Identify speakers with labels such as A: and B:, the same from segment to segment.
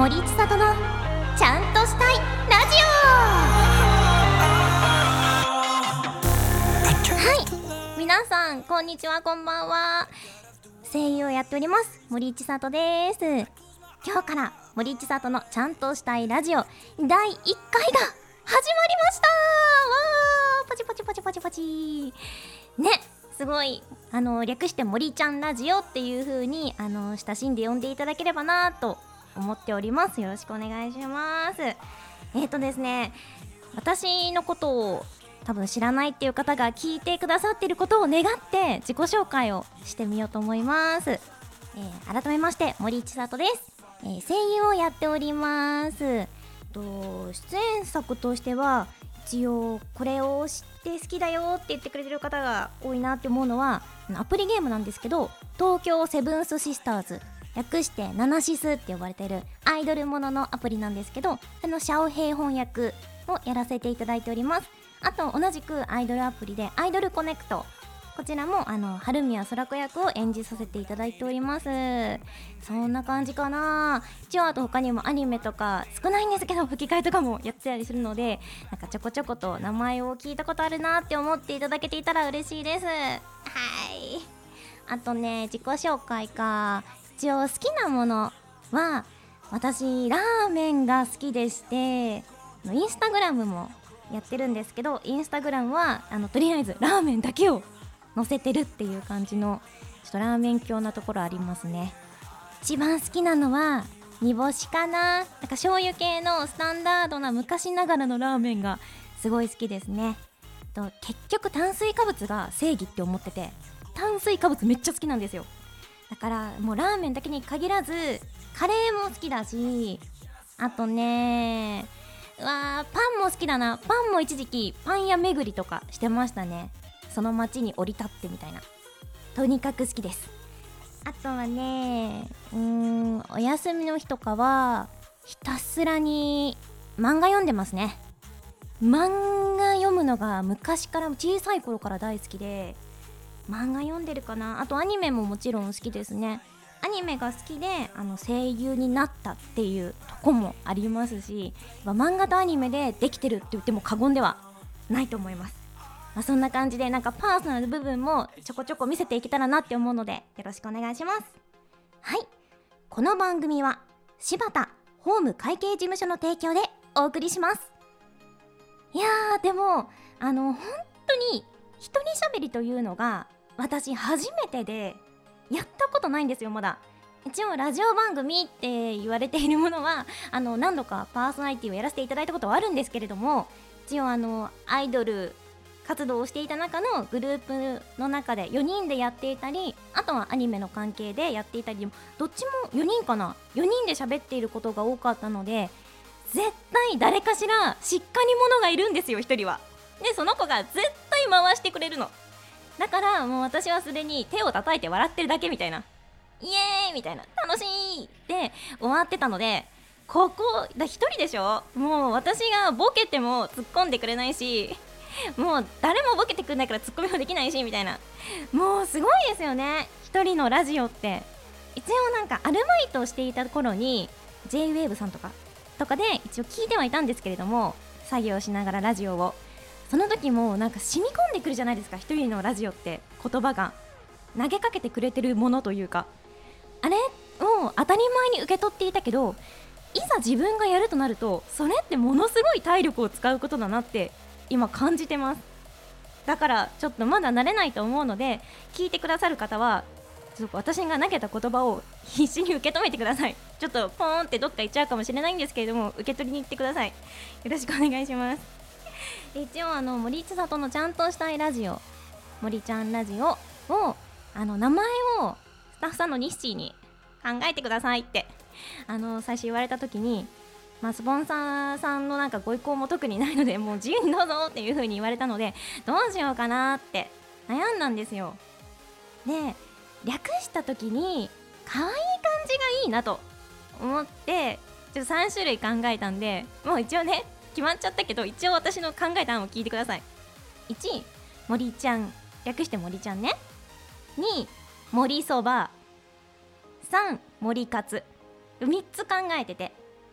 A: 森千里のちゃんとしたいラジオ。はい、皆さんこんにちは、こんばんは。声優をやっております森千里です。今日から森千里のちゃんとしたいラジオ第1回が始まりました。わー、パチパチパチパチパチね、すごい略して森ちゃんラジオっていう風に親しんで呼んでいただければなと思っております。よろしくお願いします。ですね、私のことを多分知らないっていう方が聞いてくださっていることを願って自己紹介をしてみようと思います。改めまして森千里です。声優をやっております。出演作としては一応これを知って好きだよって言ってくれてる方が多いなって思うのはアプリゲームなんですけど、東京セブンスシスターズ、略してナナシスって呼ばれているアイドルもののアプリなんですけど、シャオヘイ翻訳をやらせていただいております。あと同じくアイドルアプリでアイドルコネクト、こちらも春宮空子役を演じさせていただいております。そんな感じかな。一応あと他にもアニメとか少ないんですけど吹き替えとかもやってたりするので、なんかちょこちょこと名前を聞いたことあるなって思っていただけていたら嬉しいです。はい。あとね、自己紹介か。一応好きなものは私ラーメンが好きでして、インスタグラムもやってるんですけど、インスタグラムはとりあえずラーメンだけを載せてるっていう感じのちょっとラーメン教なところありますね。一番好きなのは煮干しかな。なんか醤油系のスタンダードな昔ながらのラーメンがすごい好きですね。結局炭水化物が正義って思ってて、炭水化物めっちゃ好きなんですよ。だからもうラーメンだけに限らずカレーも好きだし、あとね、パンも好きだな。パンも一時期パン屋巡りとかしてましたね。その街に降り立ってみたいな。とにかく好きです。あとはね、お休みの日とかはひたすらに漫画読んでますね。漫画読むのが昔から小さい頃から大好きで、漫画読んでるかな。あとアニメももちろん好きですね。アニメが好きで声優になったっていうとこもありますし、漫画とアニメでできてるって言っても過言ではないと思います。そんな感じでなんかパーソナル部分もちょこちょこ見せていけたらなって思うのでよろしくお願いします。はい、この番組は柴田法務会計事務所の提供でお送りします。いやー、でも本当に一人喋りというのが私初めてでやったことないんですよ。まだ一応ラジオ番組って言われているものは何度かパーソナリティをやらせていただいたことはあるんですけれども、一応アイドル活動をしていた中のグループの中で4人でやっていたり、あとはアニメの関係でやっていたり、どっちも4人かな、4人で喋っていることが多かったので、絶対誰かしらしっかり者がいるんですよ、1人は。でその子が絶対回してくれるの。だからもう私はすでに手を叩いて笑ってるだけみたいな、イエーイみたいな、楽しいって終わってたので、ここだ1人でしょ。もう私がボケても突っ込んでくれないし、もう誰もボケてくんないからツッコミもできないしみたいな、もうすごいですよね、一人のラジオって。一応なんかアルバイトをしていた頃に J-WAVE さんとかで一応聞いてはいたんですけれども、作業しながらラジオを、その時もなんか染み込んでくるじゃないですか、一人のラジオって言葉が投げかけてくれてるものというか、あれを当たり前に受け取っていたけど、いざ自分がやるとなるとそれってものすごい体力を使うことだなって今感じてます。だからちょっとまだ慣れないと思うので、聞いてくださる方はちょっと私が投げた言葉を必死に受け止めてください。ちょっとポーンってどっか行っちゃうかもしれないんですけれども、受け取りに行ってください。よろしくお願いします。一応森千里のちゃんとしたいラジオ、森ちゃんラジオを名前をスタッフさんのニッシーに考えてくださいって最初言われた時に、スポンサーさんのなんかご意向も特にないので、もう自由にどうぞっていう風に言われたので、どうしようかなって悩んだんですよ。で略した時に可愛い感じがいいなと思ってちょっと3種類考えたんで、もう一応ね決まっちゃったけど、一応私の考えた案を聞いてください。1、森ちゃん、略して森ちゃんね。2、森そば。3、森カツ。3つ考えてて、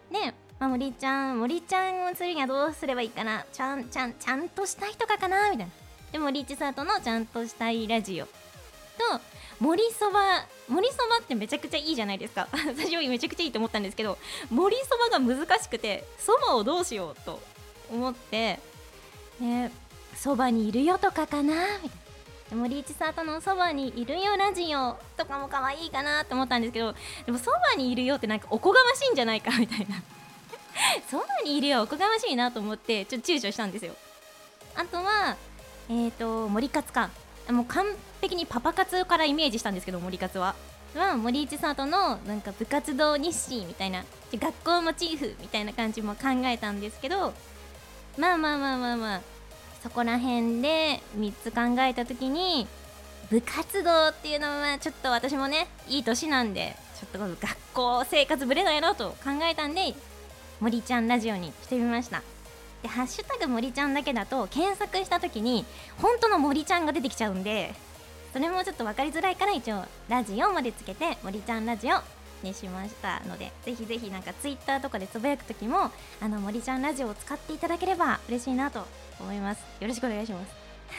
A: で、森ちゃんをするにはどうすればいいかな、ちゃんとした人かなみたいな。で森千里のちゃんとしたいラジオと森そばってめちゃくちゃいいじゃないですか私はめちゃくちゃいいと思ったんですけど、森そばが難しくてそばをどうしようと思って、そばにいるよとかかなみたいな。森千里のそばにいるよラジオとかも可愛いかなと思ったんですけど、でもそばにいるよってなんかおこがましいんじゃないかみたいなそばにいるよおこがましいなと思ってちょっと躊躇したんですよ。あとは森活か、もう完璧にパパ活からイメージしたんですけど、森活は森千里のなんか部活動日誌みたいな、学校モチーフみたいな感じも考えたんですけど、まあそこら辺で3つ考えた時に、部活動っていうのはちょっと私もねいい年なんで、ちょっと学校生活ぶれないなと考えたんで森ちゃんラジオにしてみました。でハッシュタグ森ちゃんだけだと検索した時に本当の森ちゃんが出てきちゃうんで、それもちょっと分かりづらいから一応ラジオまでつけて森ちゃんラジオにしましたので、ぜひなんかツイッターとかでつぶやく時も森ちゃんラジオを使っていただければ嬉しいなと思います。よろしくお願いします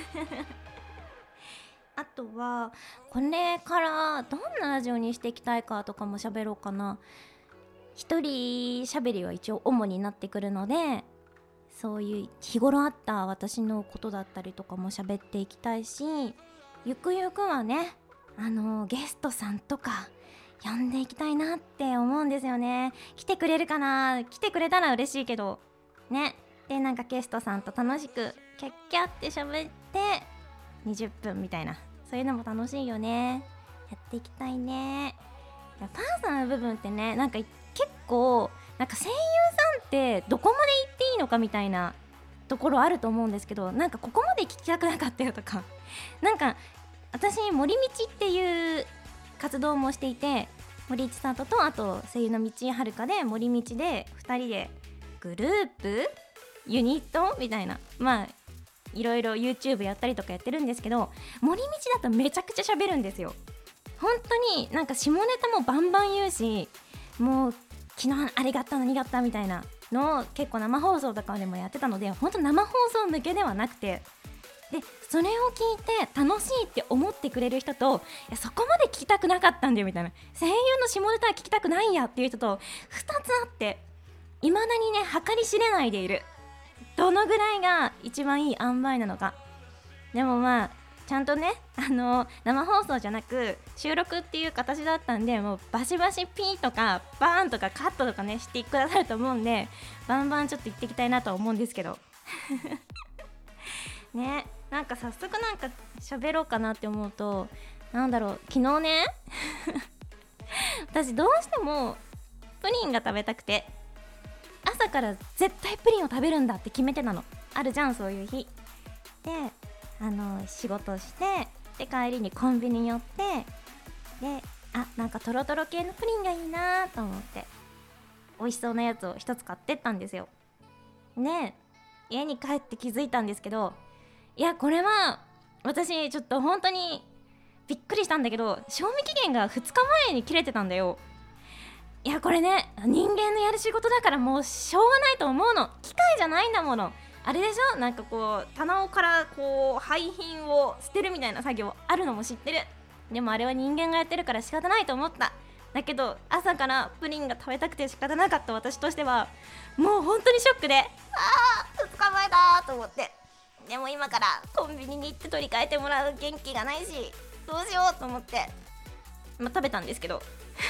A: あとはこれからどんなラジオにしていきたいかとかも喋ろうかな。一人喋りは一応主になってくるので、そういう日頃あった私のことだったりとかも喋っていきたいし、ゆくゆくはねゲストさんとか呼んでいきたいなって思うんですよね。来てくれるかな、来てくれたら嬉しいけどね。でなんかゲストさんと楽しくキャッキャって喋って20分みたいな、そういうのも楽しいよね。やっていきたいね。パーソナル部分ってね、なんか結構なんか声優さんってどこまで言っていいのかみたいなところあると思うんですけど、なんかここまで聞きたくなかったよとかなんか私森道っていう活動もしていて、森千里とあと声優の道遥で森道で2人でグループユニットみたいな、いろいろ YouTube やったりとかやってるんですけど、森道だとめちゃくちゃ喋るんですよ。本当になんか下ネタもバンバン言うし、もう昨日あれがあった何があったみたいなのを結構生放送とかでもやってたので、本当生放送向けではなくて、でそれを聞いて楽しいって思ってくれる人と、いやそこまで聞きたくなかったんだよみたいな、声優の下ネタは聞きたくないんやっていう人と2つあって、未だにね計り知れないでいる、どのぐらいが一番いい塩梅なのか。でもちゃんとね生放送じゃなく収録っていう形だったんで、もうバシバシピーとかバーンとかカットとかねしてくださると思うんで、バンバンちょっと言っていきたいなとは思うんですけどね、なんか早速なんか喋ろうかなって思うと、なんだろう、昨日ね私どうしてもプリンが食べたくて、朝から絶対プリンを食べるんだって決めてたの。あるじゃんそういう日で、仕事してで帰りにコンビニ寄って、でなんかトロトロ系のプリンがいいなと思って美味しそうなやつを一つ買ってったんですよ。で家に帰って気づいたんですけど、いやこれは私ちょっと本当にびっくりしたんだけど、賞味期限が2日前に切れてたんだよ。いやこれね人間のやる仕事だからもうしょうがないと思うの。機械じゃないんだもの。あれでしょ、なんかこう棚からこう廃品を捨てるみたいな作業あるのも知ってる。でもあれは人間がやってるから仕方ないと思った。だけど朝からプリンが食べたくて仕方なかった私としてはもう本当にショックで、2日前だと思って、でも今からコンビニに行って取り替えてもらう元気がないしどうしようと思って、食べたんですけど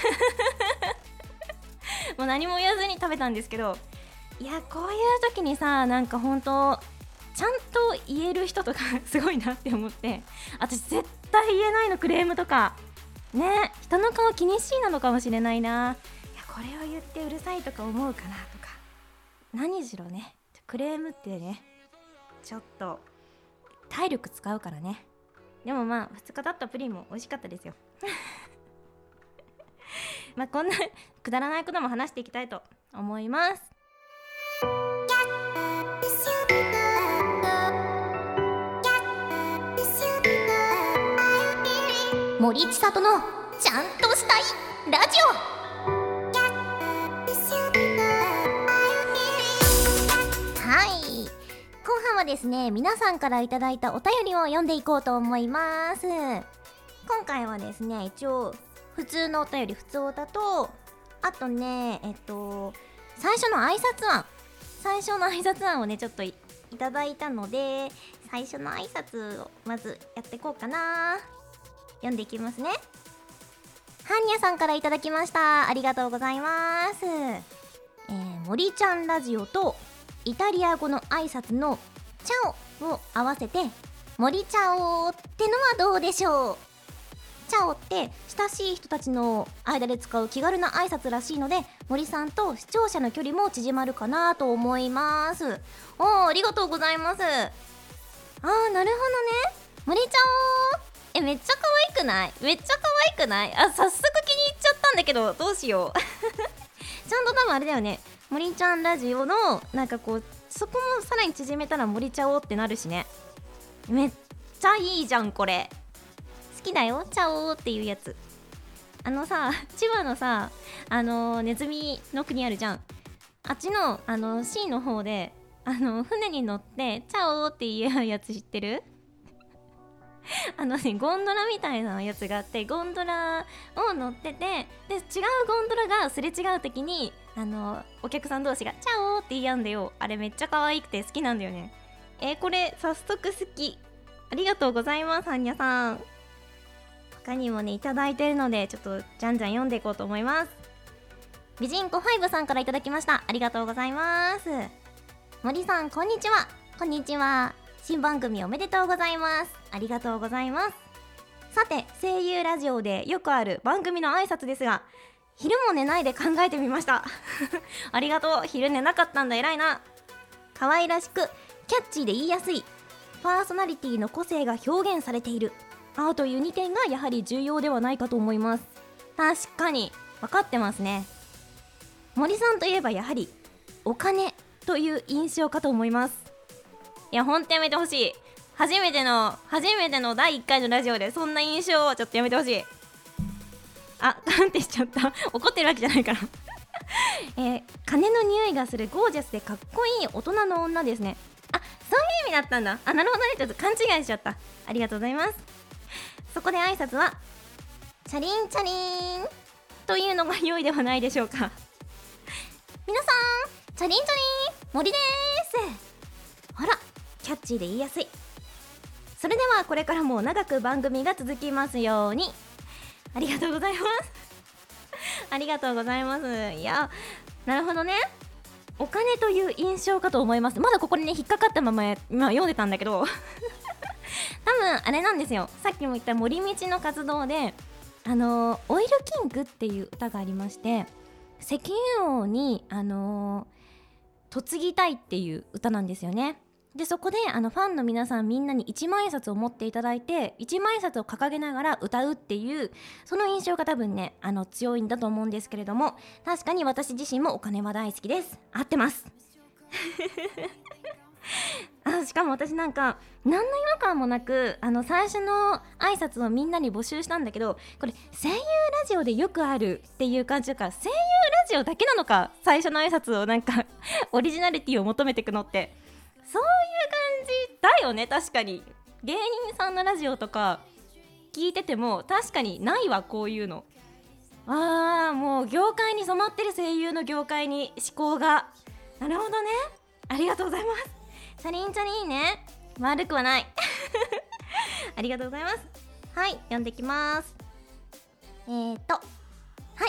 A: もう何も言わずに食べたんですけど、いやこういう時にさ、なんか本当ちゃんと言える人とかすごいなって思って、私絶対言えないの、クレームとかね、人の顔気にしいなのかもしれないな。いやこれを言ってうるさいとか思うかなとか、何しろねクレームってねちょっと体力使うからね。でも2日経ったプリンも美味しかったですよこんなくだらないことも話していきたいと思います。森千里のちゃんとしたいラジオ。 はですね、皆さんからいただいたお便りを読んでいこうと思います。今回はですね、一応普通のお便り、普通おたと、あとね、最初の挨拶案をねちょっといただいたので、最初の挨拶をまずやっていこうかな。読んでいきますね。はんにゃさんからいただきました。ありがとうございます。森ちゃんラジオとイタリア語の挨拶のチャオを合わせて森チャオってのはどうでしょう。チャオって親しい人たちの間で使う気軽な挨拶らしいので、森さんと視聴者の距離も縮まるかなと思います。ありがとうございます。なるほどね。森ちゃおめっちゃ可愛くない？めっちゃ可愛くない？早速気に入っちゃったんだけど、どうしようちゃんと多分あれだよね、森ちゃんラジオのなんかこう、そこもさらに縮めたら森ちゃおってなるしね。めっちゃいいじゃんこれ。好きだよ、チャオーっていうやつ。千葉のさ、ネズミの国あるじゃん。あっちのC の方で船に乗ってチャオーって言うやつ知ってる？ゴンドラみたいなやつがあって、ゴンドラを乗ってて、で違うゴンドラがすれ違う時にお客さん同士がチャオーって言い合うんだよ。あれめっちゃ可愛くて好きなんだよね。これ早速好き。ありがとうございます、はんにゃさん。他にもねいただいてるので、ちょっとじゃんじゃん読んでいこうと思います。美人子5さんからいただきました。ありがとうございます。森さんこんにちは。こんにちは。新番組おめでとうございます。ありがとうございます。さて、声優ラジオでよくある番組の挨拶ですが、昼も寝ないで考えてみましたありがとう。昼寝なかったんだ、偉いな。可愛らしくキャッチーで言いやすい、パーソナリティの個性が表現されているという2点がやはり重要ではないかと思います。確かに分かってますね。森さんといえばやはりお金という印象かと思います。いや、ほんとやめてほしい。初めての第1回のラジオでそんな印象をちょっとやめてほしい。カンってしちゃった怒ってるわけじゃないから金の匂いがするゴージャスでかっこいい大人の女ですね。そういう意味だったんだ。なるほどね。ちょっと勘違いしちゃった。ありがとうございます。そこで挨拶はチャリンチャリンというのが良いではないでしょうか。皆さんチャリンチャリン森です。ほら、キャッチーで言いやすい。それではこれからも長く番組が続きますように。ありがとうございますありがとうございます。いや、なるほどね。お金という印象かと思います。まだここにね引っかかったまま今読んでたんだけど多分あれなんですよ。さっきも言った森道の活動でオイルキングっていう歌がありまして、石油王に嫁ぎたいっていう歌なんですよね。でそこでファンの皆さんみんなに1万円札を持っていただいて、1万円札を掲げながら歌うっていう、その印象が多分ね強いんだと思うんですけれども、確かに私自身もお金は大好きです。合ってますしかも私なんか何の違和感もなく最初の挨拶をみんなに募集したんだけど、これ声優ラジオでよくあるっていう感じだから、声優ラジオだけなのか、最初の挨拶をなんかオリジナリティを求めていくのって。そういう感じだよね。確かに芸人さんのラジオとか聞いてても確かにないわ、こういうの。もう業界に染まってる、声優の業界に思考が。なるほどね。ありがとうございます。チャリンチャリンね。悪くはないありがとうございます。はい、読んできます。はい、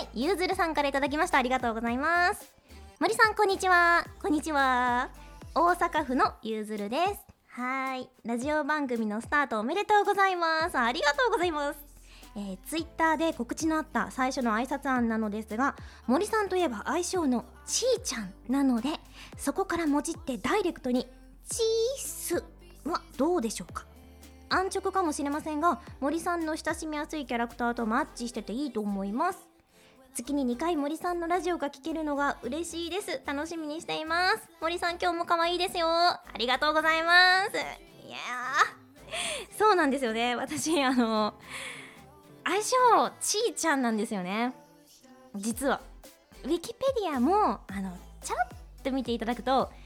A: ゆうずるさんからいただきました。ありがとうございます。森さんこんにちは。こんにちは。大阪府のゆうずるです。はい、ラジオ番組のスタートおめでとうございます。ありがとうございます。ツイッターで告知のあった最初の挨拶案なのですが、森さんといえば愛称のちーちゃんなので、そこからもじってダイレクトにチースはどうでしょうか。安直かもしれませんが、森さんの親しみやすいキャラクターとマッチしてていいと思います。月に2回森さんのラジオが聞けるのが嬉しいです。楽しみにしています。森さん今日も可愛いですよ。ありがとうございます。いやー、そうなんですよね。私愛称ちーちゃんなんですよね。実はウィキペディアもちゃらっと見ていただくと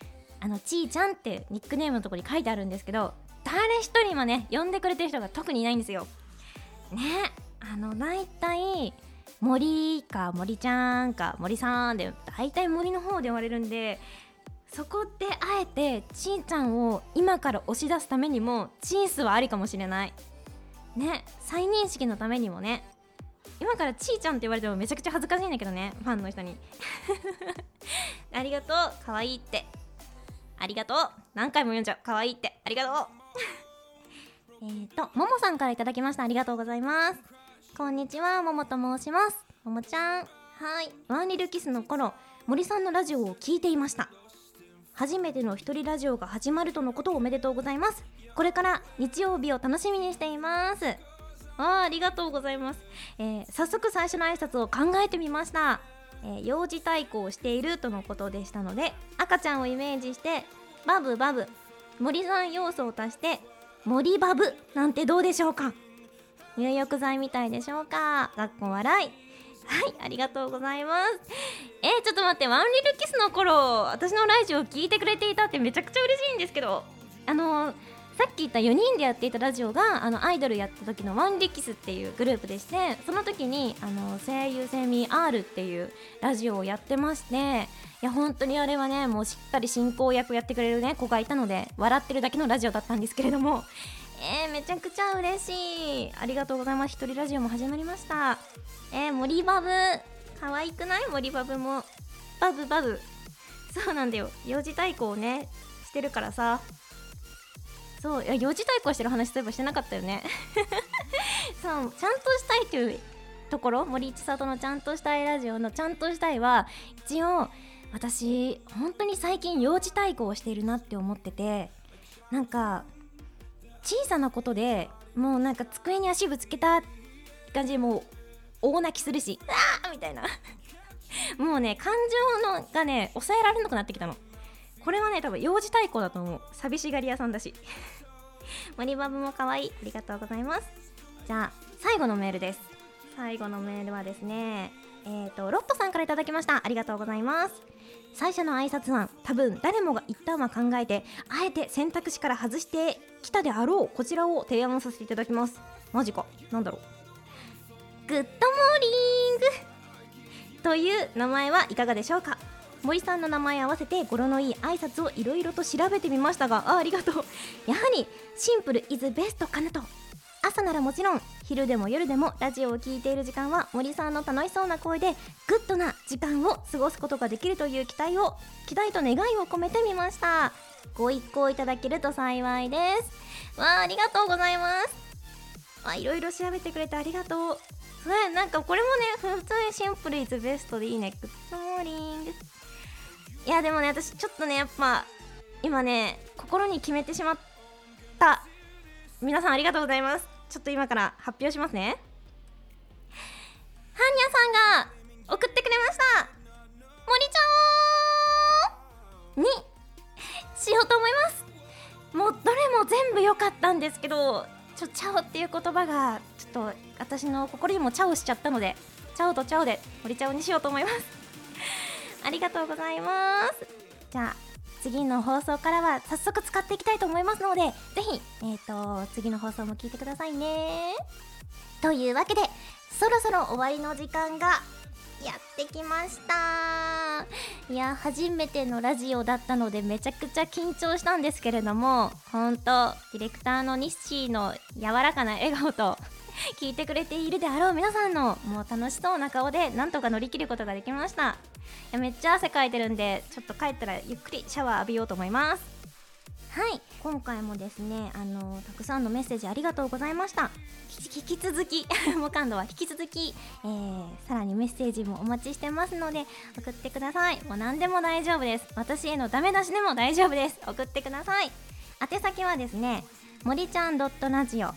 A: ちーちゃんってニックネームのところに書いてあるんですけど、誰一人今ね呼んでくれてる人が特にいないんですよね。だいたい森か森ちゃんか森さんでだいたい森の方で呼ばれるんで、そこであえてちーちゃんを今から押し出すためにもチースはありかもしれないね。再認識のためにもね、今からちーちゃんって言われてもめちゃくちゃ恥ずかしいんだけどね、ファンの人にありがとう、かわいいって、ありがとう、何回も読んじゃう、かわいいって、ありがとうももさんからいただきました。ありがとうございます。こんにちは、ももと申します。ももちゃん、はい。ワンリルキスの頃、森さんのラジオを聞いていました。初めての一人ラジオが始まるとのことをおめでとうございます。これから日曜日を楽しみにしています。ありがとうございます。早速最初の挨拶を考えてみました。幼児対抗をしているとのことでしたので、赤ちゃんをイメージしてバブバブ、森さん要素を足して森バブなんてどうでしょうか。入浴剤みたいでしょうか。かっこ笑い。はい、ありがとうございます。ちょっと待って、ワンリルキスの頃私のラジオを聞いてくれていたってめちゃくちゃ嬉しいんですけど、さっき言った4人でやっていたラジオがアイドルやった時のワンリキスっていうグループでして、その時に声優セミ R っていうラジオをやってまして、いや本当にあれはね、もうしっかり進行役やってくれるね子がいたので笑ってるだけのラジオだったんですけれども、めちゃくちゃ嬉しい。ありがとうございます。一人ラジオも始まりました。森バブ可愛くない？森バブもバブバブ、そうなんだよ、幼児対抗をねしてるからさ。そう、いや幼児対抗してる話そういえばしてなかったよねそう、ちゃんとしたいっていうところ、森千里のちゃんとしたいラジオのちゃんとしたいは、一応私本当に最近幼児対抗をしているなって思ってて、なんか小さなことでもうなんか机に足ぶつけた感じでもう大泣きするし、あーみたいなもうね、感情のがね抑えられなくなってきたの。これはね多分幼児対抗だと思う。寂しがり屋さんだし森バブも可愛い、ありがとうございます。じゃあ最後のメールです。最後のメールはですね、ロットさんからいただきました。ありがとうございます。最初の挨拶案、多分誰もが一旦は考えてあえて選択肢から外してきたであろうこちらを提案させていただきます。マジか、なんだろう。グッドモーニングという名前はいかがでしょうか。森さんの名前合わせて語呂のいい挨拶をいろいろと調べてみましたが、ありがとう。やはりシンプルイズベストかなと。朝ならもちろん昼でも夜でもラジオを聞いている時間は森さんの楽しそうな声でグッドな時間を過ごすことができるという期待と願いを込めてみました。ご一行いただけると幸いです。ありがとうございます。いろいろ調べてくれてありがとう。なんかこれもね普通にシンプルイズベストでいいね。グッドモーニング。いやでもね、私ちょっとねやっぱ今ね心に決めてしまった。皆さんありがとうございます。ちょっと今から発表しますね。ハンニャさんが送ってくれました。森ちゃんにしようと思います。もうどれも全部良かったんですけど、チャオっていう言葉がちょっと私の心にもチャオしちゃったので、チャオとチャオで森ちゃんにしようと思いますありがとうございます。じゃあ次の放送からは早速使っていきたいと思いますので、ぜひ次の放送も聞いてくださいね。というわけでそろそろ終わりの時間がやってきました。いや初めてのラジオだったのでめちゃくちゃ緊張したんですけれども、本当ディレクターのニッシーの柔らかな笑顔と聞いてくれているであろう皆さんのもう楽しそうな顔でなんとか乗り切ることができました。いやめっちゃ汗かいてるんで、ちょっと帰ったらゆっくりシャワー浴びようと思います。はい、今回もですねたくさんのメッセージありがとうございました。引き続きもう感度は引き続き、さらにメッセージもお待ちしてますので送ってください。もう何でも大丈夫です。私へのダメ出しでも大丈夫です。送ってください。宛先はですね、森ちゃん .radio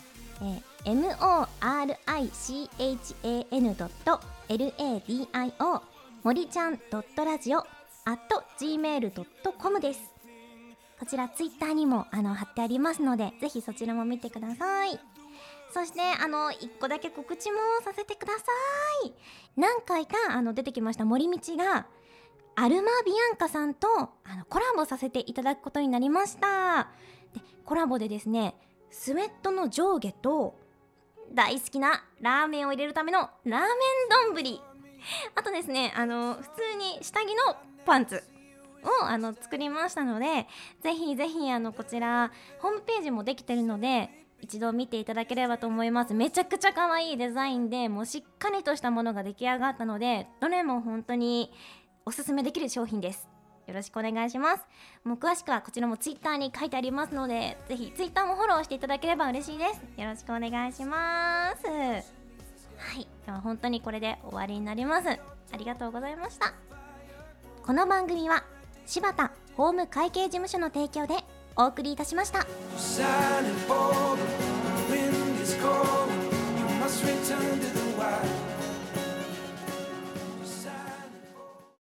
A: morichan.radio 森ちゃん .radio@gmail.com です。こちらツイッターにも貼ってありますので、ぜひそちらも見てください。そして一個だけ告知もさせてください。何回か出てきました森道がアルマビアンカさんとコラボさせていただくことになりました。でコラボでですね、スウェットの上下と大好きなラーメンを入れるためのラーメン丼、あとですね、普通に下着のパンツを作りましたので、ぜひぜひこちらホームページもできてるので一度見ていただければと思います。めちゃくちゃ可愛いデザインで、もうしっかりとしたものが出来上がったので、どれも本当におすすめできる商品です。よろしくお願いします。もう詳しくはこちらもツイッターに書いてありますので、ぜひツイッターもフォローしていただければ嬉しいです。よろしくお願いします。はい、では本当にこれで終わりになります。ありがとうございました。この番組は柴田法務会計事務所の提供でお送りいたしました。